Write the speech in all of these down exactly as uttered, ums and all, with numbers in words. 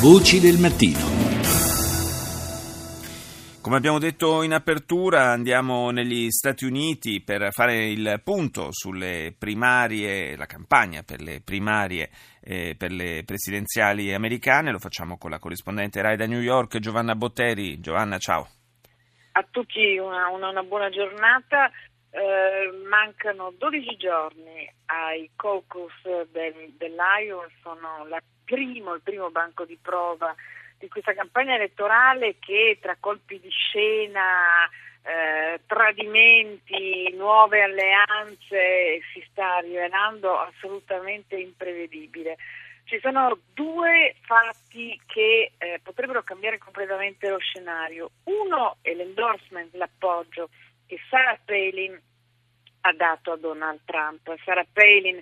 Voci del mattino. Come abbiamo detto in apertura, andiamo negli Stati Uniti per fare il punto sulle primarie, la campagna per le primarie eh, per le presidenziali americane. Lo facciamo con la corrispondente Rai da New York, Giovanna Botteri. Giovanna, ciao. A tutti una, una, una buona giornata. Eh, mancano dodici giorni ai caucus del, dell'Iowa, sono la primo, il primo banco di prova di questa campagna elettorale che tra colpi di scena, eh, tradimenti, nuove alleanze si sta rivelando assolutamente imprevedibile. Ci sono due fatti che eh, potrebbero cambiare completamente lo scenario. Uno è l'endorsement, l'appoggio che Sarah Palin ha dato a Donald Trump. Sarah Palin,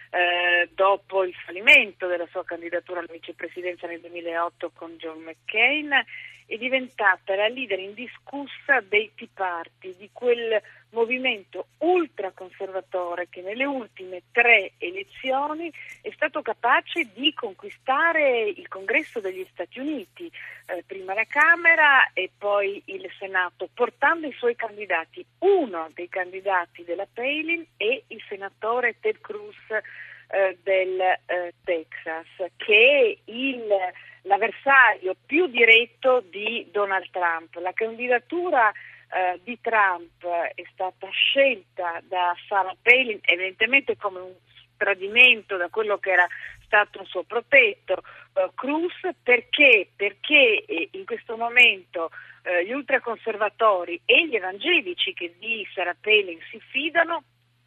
eh, dopo il fallimento della sua candidatura alla vicepresidenza nel duemilaotto con John McCain, è diventata la leader indiscussa dei Tea Party, di quel movimento ultraconservatore che nelle ultime tre elezioni è stato capace di conquistare il Congresso degli Stati Uniti, eh, prima la Camera e poi il Senato, portando i suoi candidati. Uno dei candidati della Palin è il senatore Ted Cruz eh, del eh, Texas, che è il l'avversario più diretto di Donald Trump. La candidatura eh, di Trump è stata scelta da Sarah Palin evidentemente come un tradimento da quello che era stato un suo protetto, eh, Cruz, perché? Perché eh, in questo momento eh, gli ultraconservatori e gli evangelici che di Sarah Palin si fidano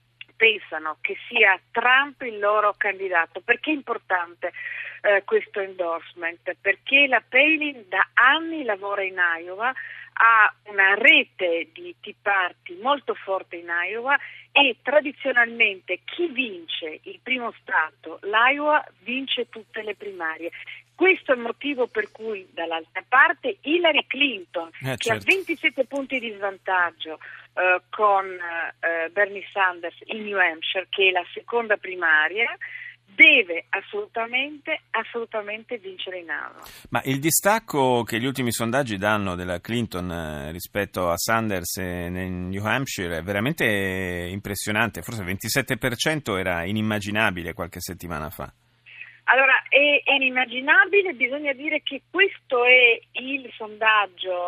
pensano che sia Trump il loro candidato. Perché è importante eh, questo endorsement? Perché la Palin da anni lavora in Iowa, ha una rete di Tea Party molto forte in Iowa e tradizionalmente chi vince il primo stato, l'Iowa, vince tutte le primarie. Questo è il motivo per cui dall'altra parte Hillary Clinton, eh, che certo. ha ventisette punti di svantaggio eh, con eh, Bernie Sanders in New Hampshire, che è la seconda primaria, deve assolutamente, assolutamente vincere in Iowa. Ma il distacco che gli ultimi sondaggi danno della Clinton eh, rispetto a Sanders eh, nel New Hampshire è veramente impressionante. Forse il ventisette per cento era inimmaginabile qualche settimana fa. Allora, è, è inimmaginabile, bisogna dire che questo è il sondaggio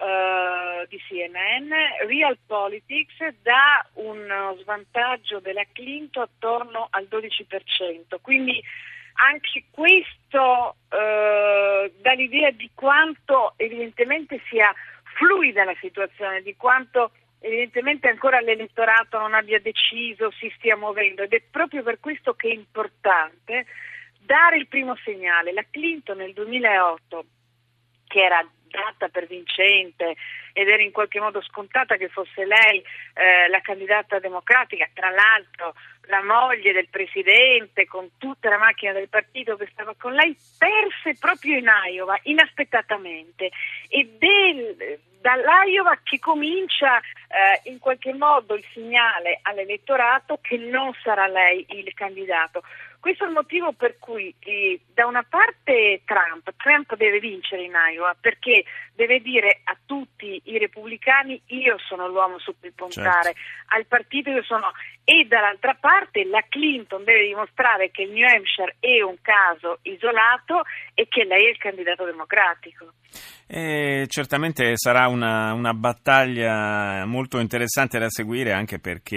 uh, di C N N. Real Politics dà uno svantaggio della Clinton attorno al dodici per cento, quindi anche questo uh, dà l'idea di quanto evidentemente sia fluida la situazione, di quanto evidentemente ancora l'elettorato non abbia deciso, si stia muovendo, ed è proprio per questo che è importante dare il primo segnale. La Clinton nel duemilaotto, che era data per vincente ed era in qualche modo scontata che fosse lei eh, la candidata democratica, tra l'altro la moglie del presidente con tutta la macchina del partito che stava con lei, perse proprio in Iowa inaspettatamente, ed è dall'Iowa che comincia eh, in qualche modo il segnale all'elettorato che non sarà lei il candidato. Questo è il motivo per cui eh, da una parte Trump, Trump deve vincere in Iowa, perché deve dire a tutti i repubblicani: io sono l'uomo su cui puntare, certo. Al partito io sono, e dall'altra parte la Clinton deve dimostrare che il New Hampshire è un caso isolato e che lei è il candidato democratico. E certamente sarà una, una battaglia molto interessante da seguire, anche perché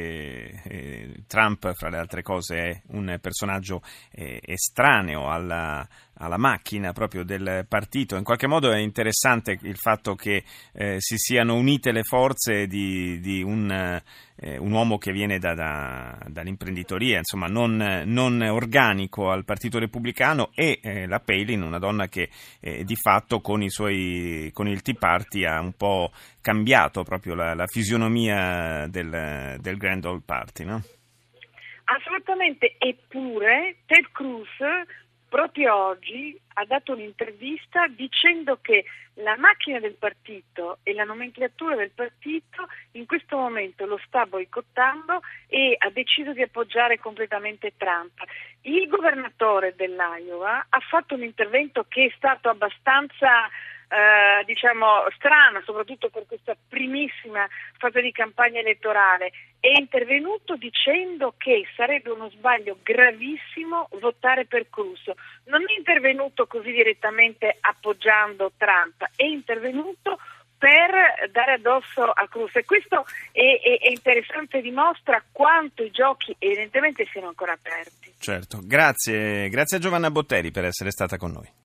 eh, Trump, fra le altre cose, è un personaggio eh, estraneo alla, alla macchina proprio del partito. In qualche modo è interessante il fatto che eh, si siano unite le forze di, di un, eh, un uomo che viene da, da, dall'imprenditoria, insomma non, non organico al Partito Repubblicano, e eh, la Palin, una donna che eh, di fatto con i suoi con il Tea Party ha un po' cambiato proprio la, la fisionomia del, del Grand Old Party, no? Assolutamente, eppure Ted Cruz proprio oggi ha dato un'intervista dicendo che la macchina del partito e la nomenclatura del partito in questo momento lo sta boicottando e ha deciso di appoggiare completamente Trump. Il governatore dell'Iowa ha fatto un intervento che è stato abbastanza eh, diciamo strano, soprattutto per questa primissima fase di campagna elettorale. È intervenuto dicendo che sarebbe uno sbaglio gravissimo votare per Cruz. Non è intervenuto così direttamente appoggiando Trump, è intervenuto per dare addosso a Cruz, e questo è, è, è interessante, dimostra quanto i giochi evidentemente siano ancora aperti. Certo, grazie, grazie a Giovanna Botteri per essere stata con noi.